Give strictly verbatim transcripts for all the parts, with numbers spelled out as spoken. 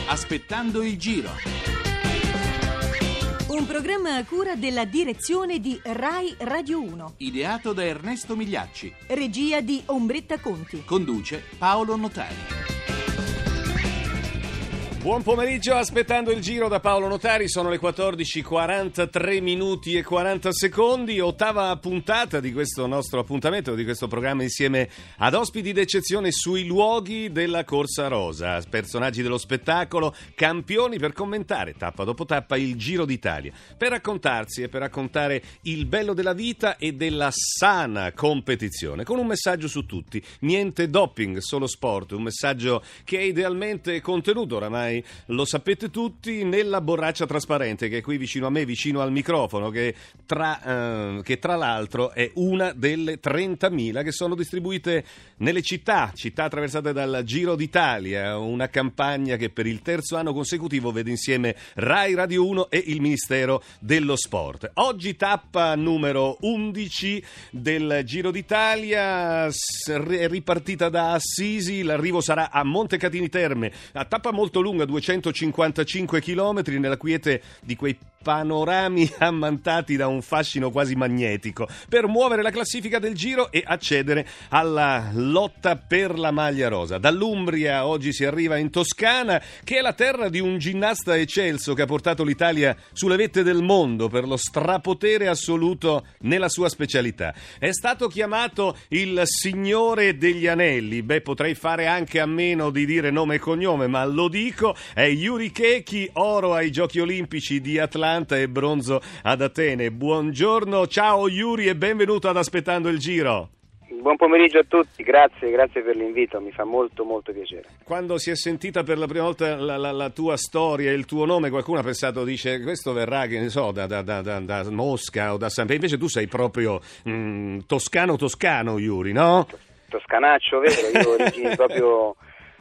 Aspettando il giro. Un programma a cura della direzione di Rai Radio uno. Ideato da Ernesto Migliacci. Regia di Ombretta Conti. Conduce Paolo Notari. Buon pomeriggio, aspettando il giro da Paolo Notari. Sono le quattordici, quarantatré minuti e quaranta secondi. Ottava puntata di questo nostro appuntamento, di questo programma insieme ad ospiti d'eccezione sui luoghi della Corsa Rosa, personaggi dello spettacolo, campioni per commentare tappa dopo tappa il Giro d'Italia, per raccontarsi e per raccontare il bello della vita e della sana competizione, con un messaggio su tutti: niente doping, solo sport. Un messaggio che è idealmente contenuto, oramai lo sapete tutti, nella borraccia trasparente che è qui vicino a me, vicino al microfono, che tra, eh, che tra l'altro è una delle trentamila che sono distribuite nelle città, città attraversate dal Giro d'Italia, una campagna che per il terzo anno consecutivo vede insieme Rai Radio uno e il Ministero dello Sport. Oggi tappa numero undici del Giro d'Italia, è ripartita da Assisi, l'arrivo sarà a Montecatini Terme, a tappa molto lunga, duecentocinquantacinque chilometri, nella quiete di quei panorami ammantati da un fascino quasi magnetico, per muovere la classifica del Giro e accedere alla lotta per la maglia rosa. Dall'Umbria oggi si arriva in Toscana, che è la terra di un ginnasta eccelso che ha portato l'Italia sulle vette del mondo per lo strapotere assoluto nella sua specialità. È stato chiamato il Signore degli Anelli. Beh, potrei fare anche a meno di dire nome e cognome, ma lo dico. È Yuri Checchi, oro ai Giochi Olimpici di Atlanta e bronzo ad Atene. Buongiorno, ciao Yuri e benvenuto ad Aspettando il Giro. Buon pomeriggio a tutti, grazie, grazie per l'invito, mi fa molto molto piacere. Quando si è sentita per la prima volta la, la, la tua storia, il tuo nome, qualcuno ha pensato, dice, questo verrà, che ne so, da, da, da, da, da Mosca o da San Pietro. Invece tu sei proprio mm, toscano toscano, Yuri, no? Toscanaccio, vero, io ho origini proprio...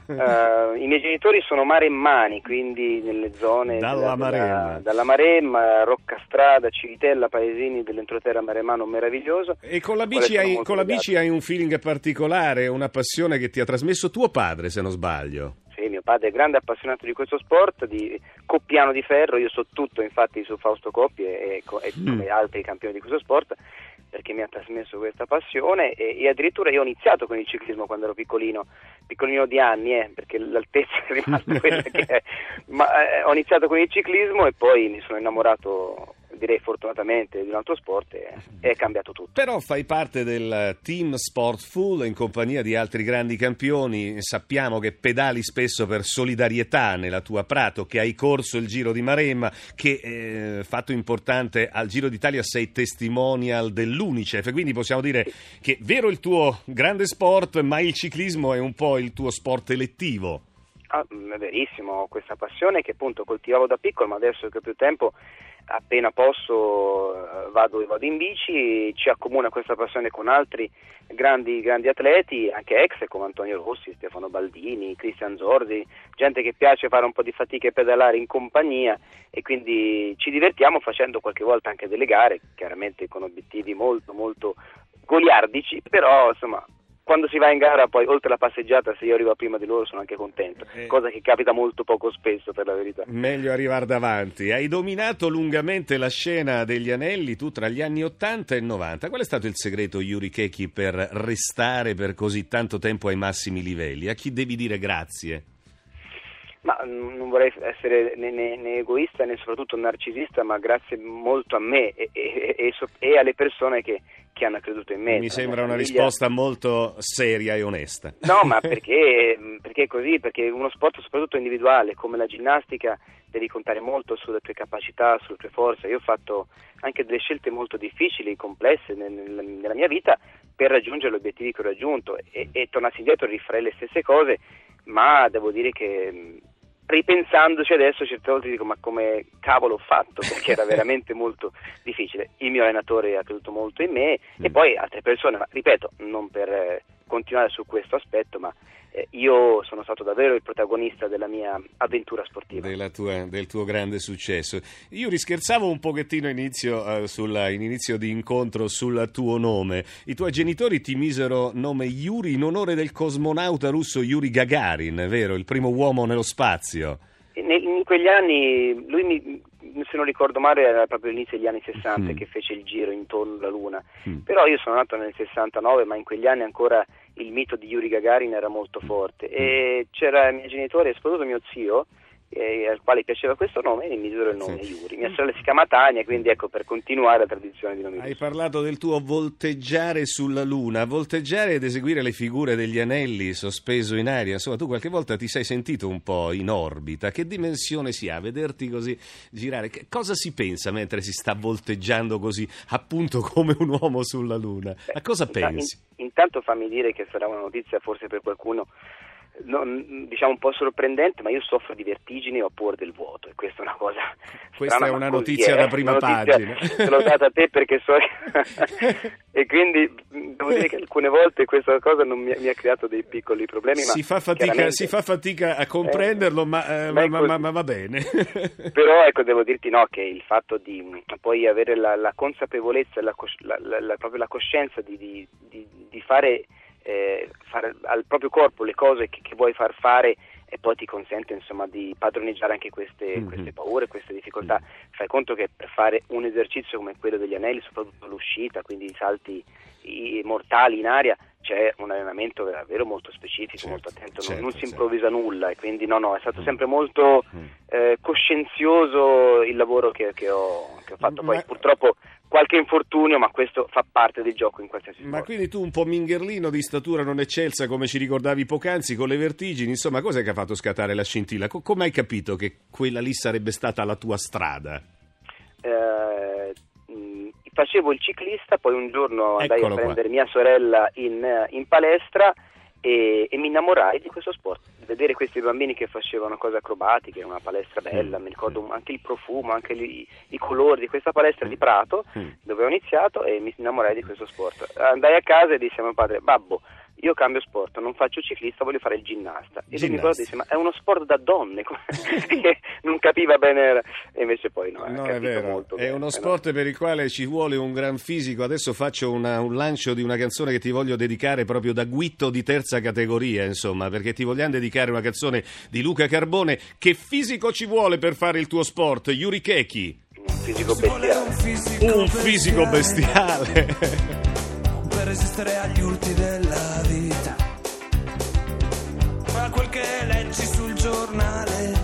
Uh, i miei genitori sono maremmani, quindi nelle zone dalla, della, Maremma. Della, dalla Maremma, Roccastrada, Civitella, paesini dell'entroterra maremmano meraviglioso. E con la bici hai, con la bici hai un feeling particolare, una passione che ti ha trasmesso tuo padre, se non sbaglio. Sì, mio padre è grande appassionato di questo sport, di coppiano di ferro. Io so tutto infatti su Fausto Coppi e, e mm. come altri campioni di questo sport, perché mi ha trasmesso questa passione e, e addirittura io ho iniziato con il ciclismo quando ero piccolino, piccolino di anni, eh, perché l'altezza è rimasta quella che è, ma eh, ho iniziato con il ciclismo e poi mi sono innamorato, direi fortunatamente, di un altro sport e è cambiato tutto. Però fai parte del team Sportful in compagnia di altri grandi campioni. Sappiamo che pedali spesso per solidarietà nella tua Prato, che hai corso il Giro di Maremma, che eh, fatto importante al Giro d'Italia sei testimonial dell'Unicef, quindi possiamo dire che vero il tuo grande sport, ma il ciclismo è un po' il tuo sport elettivo. Ah, è verissimo, ho questa passione che appunto coltivavo da piccolo, ma adesso che ho più tempo, appena posso vado, vado in bici. Ci accomuna questa passione con altri grandi, grandi atleti, anche ex come Antonio Rossi, Stefano Baldini, Cristian Zorzi, gente che piace fare un po' di fatica e pedalare in compagnia, e quindi ci divertiamo facendo qualche volta anche delle gare, chiaramente con obiettivi molto molto goliardici, però insomma quando si va in gara poi oltre la passeggiata, se io arrivo prima di loro sono anche contento, eh, cosa che capita molto poco spesso, per la verità. Meglio arrivare davanti. Hai dominato lungamente la scena degli anelli tu tra gli anni ottanta e novanta. Qual è stato il segreto, Yuri Checchi, per restare per così tanto tempo ai massimi livelli? A chi devi dire grazie? Ma non vorrei essere né, né, né egoista né soprattutto narcisista, ma grazie molto a me e, e, e, e alle persone che, che hanno creduto in me. Mi sembra una risposta molto seria e onesta. No, ma perché, perché è così? Perché uno sport soprattutto individuale come la ginnastica devi contare molto sulle tue capacità, sulle tue forze. Io ho fatto anche delle scelte molto difficili, complesse nel, nella mia vita per raggiungere gli obiettivi che ho raggiunto, e, e tornassi indietro rifarei le stesse cose, ma devo dire che ripensandoci adesso certe volte dico ma come cavolo ho fatto, perché era veramente molto difficile. Il mio allenatore ha creduto molto in me mm. e poi altre persone, ma ripeto, non per eh, continuare su questo aspetto, ma eh, io sono stato davvero il protagonista della mia avventura sportiva, della tua, del tuo grande successo. Io rischerzavo un pochettino inizio, eh, sulla, in inizio di incontro sul tuo nome. I tuoi genitori ti misero nome Yuri in onore del cosmonauta russo Yuri Gagarin, vero? Il primo uomo nello spazio. quegli anni, lui mi, se non ricordo male, era proprio l'inizio degli anni sessanta mm. che fece il giro intorno alla Luna, mm. però io sono nato nel sessantanove, ma in quegli anni ancora il mito di Yuri Gagarin era molto forte, e c'era i miei genitori e soprattutto mio zio, Eh, al quale piaceva questo nome, e mi misero il nome sì. Yuri. Mia sorella si chiama Tania, quindi ecco, per continuare la tradizione di nomi. Hai parlato del tuo volteggiare sulla Luna, volteggiare ed eseguire le figure degli anelli sospeso in aria, insomma tu qualche volta ti sei sentito un po' in orbita, che dimensione si ha vederti così girare? Che cosa si pensa mentre si sta volteggiando così, appunto come un uomo sulla Luna? A cosa Beh, pensi? In, intanto fammi dire che sarà una notizia forse per qualcuno non, diciamo un po' sorprendente, ma io soffro di vertigini o paura del vuoto, e questa è una cosa questa strana, è una così, notizia eh, da prima una notizia, pagina te l'ho data a te perché so e quindi devo dire che alcune volte questa cosa non mi, mi ha creato dei piccoli problemi, si, ma fa fatica, si fa fatica a comprenderlo, eh, ma, eh, ma, ma, ma, ma va bene. Però ecco, devo dirti no, che il fatto di poi avere la, la consapevolezza, la, la, la, la, proprio la coscienza di, di, di, di fare Eh, fare al proprio corpo le cose che, che vuoi far fare, e poi ti consente insomma di padroneggiare anche queste, mm-hmm. queste paure, queste difficoltà. Mm-hmm. Fai conto che per fare un esercizio come quello degli anelli, soprattutto l'uscita, quindi i salti i mortali in aria, c'è un allenamento davvero molto specifico, certo, molto attento, certo, non, non si improvvisa certo. nulla, e quindi no no è stato sempre molto eh, coscienzioso il lavoro che, che, ho, che ho fatto. Poi Ma... purtroppo qualche infortunio, ma questo fa parte del gioco in qualsiasi sport. Ma quindi tu, un po' mingherlino, di statura non eccelsa, come ci ricordavi poc'anzi, con le vertigini, insomma, cos'è che ha fatto scattare la scintilla? Co- come hai capito che quella lì sarebbe stata la tua strada? Eh, mh, facevo il ciclista, poi un giorno andai Eccolo a prendere qua. mia sorella in, in palestra e, e mi innamorai di questo sport. Vedere questi bambini che facevano cose acrobatiche, una palestra bella, mm. mi ricordo anche il profumo, anche i, i colori di questa palestra mm. di Prato, mm. dove ho iniziato, e mi innamorai di questo sport. Andai a casa e dissi a mio padre: babbo, io cambio sport, non faccio ciclista, voglio fare il ginnasta. E lui mi guardò e disse: ma è uno sport da donne. Non capiva bene, e invece poi no, no è vero, molto è bene, uno no? sport per il quale ci vuole un gran fisico. Adesso faccio una, un lancio di una canzone che ti voglio dedicare proprio da guitto di terza categoria, insomma, perché ti vogliamo dedicare una canzone di Luca Carbone. Che fisico ci vuole per fare il tuo sport, Yuri Keki? Un fisico bestiale. Un fisico bestiale. Per resistere agli urti della vita, a quel che leggi sul giornale,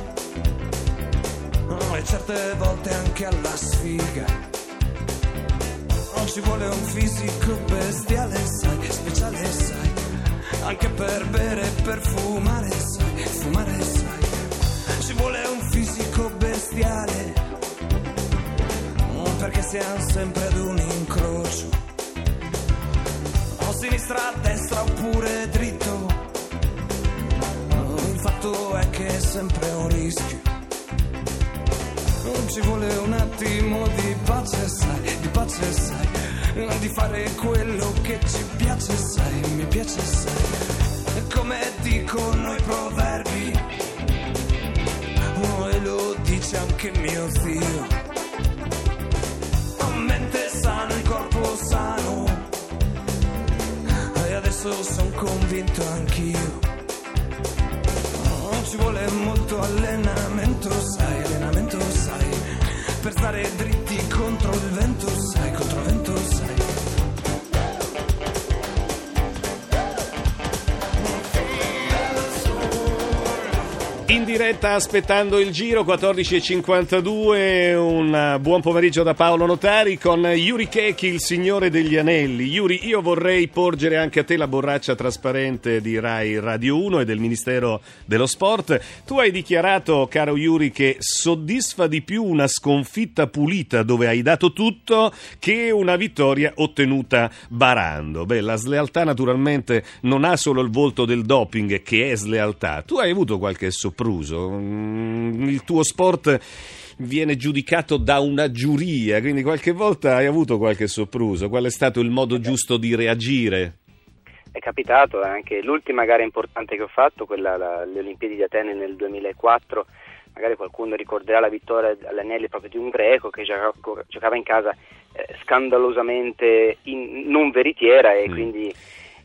e certe volte anche alla sfiga. Non ci vuole un fisico bestiale, sai, speciale, sai, anche per bere e per fumare, sai, fumare, sai. Ci vuole un fisico bestiale, perché siamo sempre ad un incrocio, o sinistra a destra oppure dritto. Il fatto è che è sempre un rischio. Non ci vuole un attimo di pace, sai, di pace, sai, di fare quello che ci piace, sai, mi piace, sai. Come dicono i proverbi, oh, e lo dice anche mio zio: mente sana, il corpo sano. E adesso sono convinto anch'io. Non ci vuole molto allenamento, sai, allenamento, sai, per stare dritti contro il vento, sai, contro il vento, sai. In diretta aspettando il giro, quattordici e cinquantadue, un buon pomeriggio da Paolo Notari con Yuri Keki, il signore degli anelli. Yuri, io vorrei porgere anche a te la borraccia trasparente di Rai Radio uno e del Ministero dello Sport. Tu hai dichiarato, caro Yuri, che soddisfa di più una sconfitta pulita dove hai dato tutto che una vittoria ottenuta barando. Beh, la slealtà naturalmente non ha solo il volto del doping, che è slealtà. Tu hai avuto qualche sopruso? Il tuo sport viene giudicato da una giuria, quindi qualche volta hai avuto qualche sopruso. Qual è stato il modo giusto di reagire? È capitato, anche l'ultima gara importante che ho fatto, quella la, le Olimpiadi di Atene nel duemilaquattro, magari qualcuno ricorderà la vittoria agli anelli proprio di un greco che giocava, giocava in casa eh, scandalosamente in, non veritiera, e mm. quindi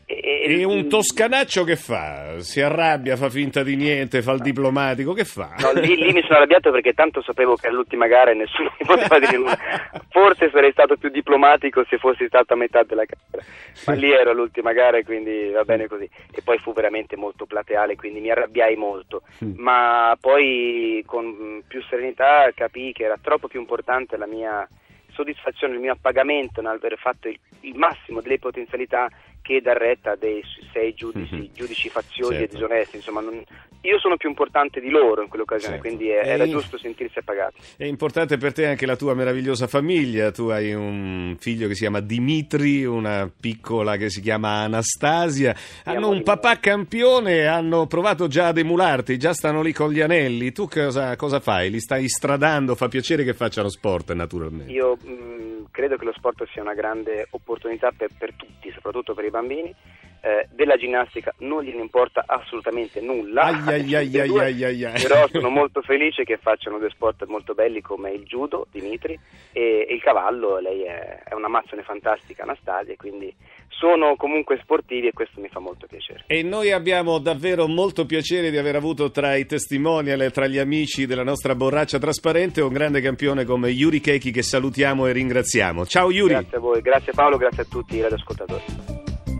E, e un toscanaccio che fa? Si arrabbia, fa finta di niente, fa il diplomatico, che fa? No, lì, lì mi sono arrabbiato perché tanto sapevo che era l'ultima gara e nessuno mi poteva dire nulla. Forse sarei stato più diplomatico se fossi stato a metà della gara, ma lì ero all'ultima gara e quindi va bene così. E poi fu veramente molto plateale, quindi mi arrabbiai molto, ma poi con più serenità capii che era troppo più importante la mia soddisfazione, il mio appagamento nell'aver fatto il, il massimo delle potenzialità che dar retta a dei sei giudici, mm-hmm. giudici faziosi certo. e disonesti. Insomma, non, io sono più importante di loro in quell'occasione, certo. quindi è, era giusto sentirsi appagati. È importante per te anche la tua meravigliosa famiglia. Tu hai un figlio che si chiama Dimitri, una piccola che si chiama Anastasia. Hanno un papà campione, hanno provato già ad emularti, già stanno lì con gli anelli. Tu cosa, cosa fai? Li stai stradando? Fa piacere che facciano sport, naturalmente. Io mh, credo che lo sport sia una grande opportunità per, per tutti, soprattutto per i bambini. Eh, della ginnastica non gliene importa assolutamente nulla, ai, ai, ai, due, ai, ai, ai. però sono molto felice che facciano due sport molto belli come il judo, Dimitri, e, e il cavallo. Lei è, è un'amazzone fantastica, Anastasia, quindi sono comunque sportivi e questo mi fa molto piacere. E noi abbiamo davvero molto piacere di aver avuto tra i testimonial e tra gli amici della nostra borraccia trasparente un grande campione come Yuri Keiki, che salutiamo e ringraziamo. Ciao Yuri. Grazie a voi, grazie Paolo, grazie a tutti i radioascoltatori.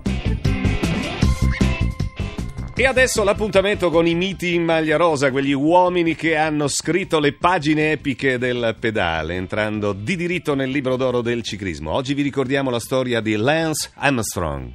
E adesso l'appuntamento con i miti in maglia rosa, quegli uomini che hanno scritto le pagine epiche del pedale, entrando di diritto nel libro d'oro del ciclismo. Oggi vi ricordiamo la storia di Lance Armstrong.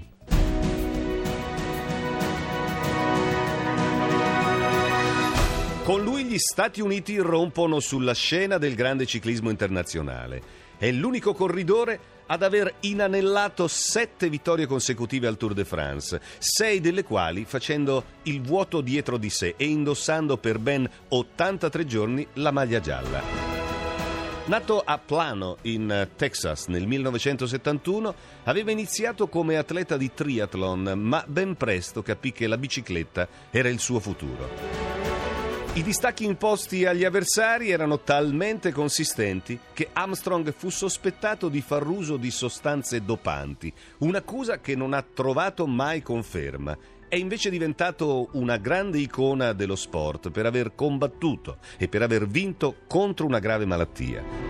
Con lui gli Stati Uniti rompono sulla scena del grande ciclismo internazionale. È l'unico corridore ad aver inanellato sette vittorie consecutive al Tour de France, sei delle quali facendo il vuoto dietro di sé e indossando per ben ottantatré giorni la maglia gialla. Nato a Plano, in Texas, nel millenovecentosettantuno, aveva iniziato come atleta di triathlon, ma ben presto capì che la bicicletta era il suo futuro. I distacchi imposti agli avversari erano talmente consistenti che Armstrong fu sospettato di far uso di sostanze dopanti, un'accusa che non ha trovato mai conferma. È invece diventato una grande icona dello sport per aver combattuto e per aver vinto contro una grave malattia.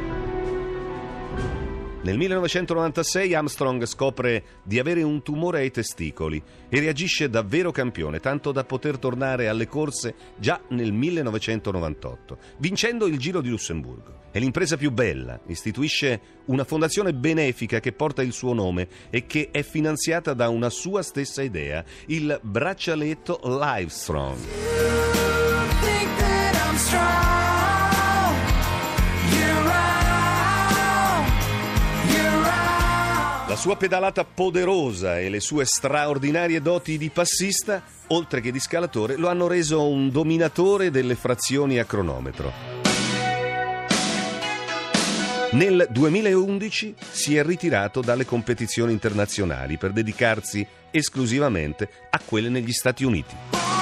Nel millenovecentonovantasei Armstrong scopre di avere un tumore ai testicoli e reagisce da vero campione, tanto da poter tornare alle corse già nel millenovecentonovantotto, vincendo il Giro di Lussemburgo. È l'impresa più bella, istituisce una fondazione benefica che porta il suo nome e che è finanziata da una sua stessa idea, il braccialetto Livestrong. La sua pedalata poderosa e le sue straordinarie doti di passista, oltre che di scalatore, lo hanno reso un dominatore delle frazioni a cronometro. Nel duemilaundici si è ritirato dalle competizioni internazionali per dedicarsi esclusivamente a quelle negli Stati Uniti.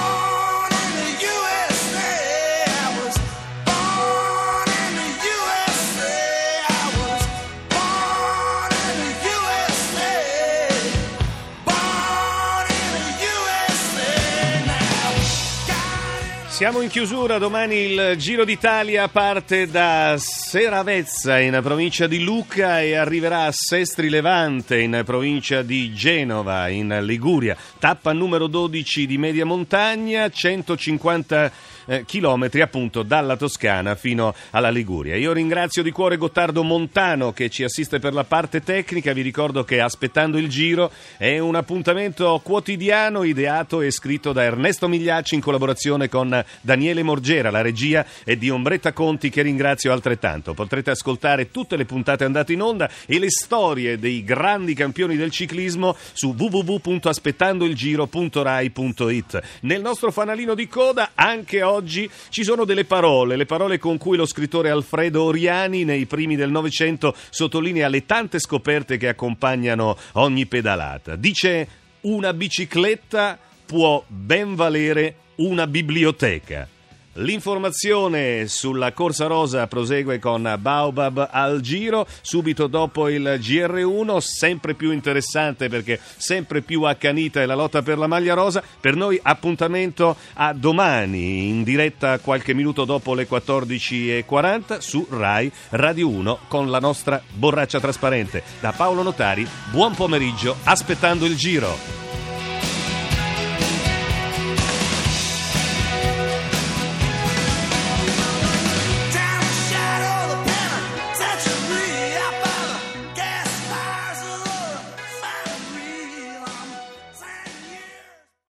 Siamo in chiusura, domani il Giro d'Italia parte da Seravezza in provincia di Lucca e arriverà a Sestri Levante in provincia di Genova in Liguria. Tappa numero dodici di media montagna, centocinquanta eh, chilometri appunto dalla Toscana fino alla Liguria. Io ringrazio di cuore Gottardo Montano che ci assiste per la parte tecnica. Vi ricordo che Aspettando il Giro è un appuntamento quotidiano ideato e scritto da Ernesto Migliacci in collaborazione con Daniele Morgera. La regia è di Ombretta Conti, che ringrazio altrettanto. Potrete ascoltare tutte le puntate andate in onda e le storie dei grandi campioni del ciclismo su w w w punto aspettandoilgiro punto rai punto it. Nel nostro fanalino di coda anche oggi ci sono delle parole, le parole con cui lo scrittore Alfredo Oriani nei primi del Novecento sottolinea le tante scoperte che accompagnano ogni pedalata. Dice: una bicicletta può ben valere una biblioteca. L'informazione sulla Corsa Rosa prosegue con Baobab al Giro, subito dopo il G R uno, sempre più interessante perché sempre più accanita è la lotta per la maglia rosa. Per noi appuntamento a domani, in diretta qualche minuto dopo le quattordici e quaranta su Rai Radio uno con la nostra borraccia trasparente. Da Paolo Notari, buon pomeriggio, aspettando il Giro.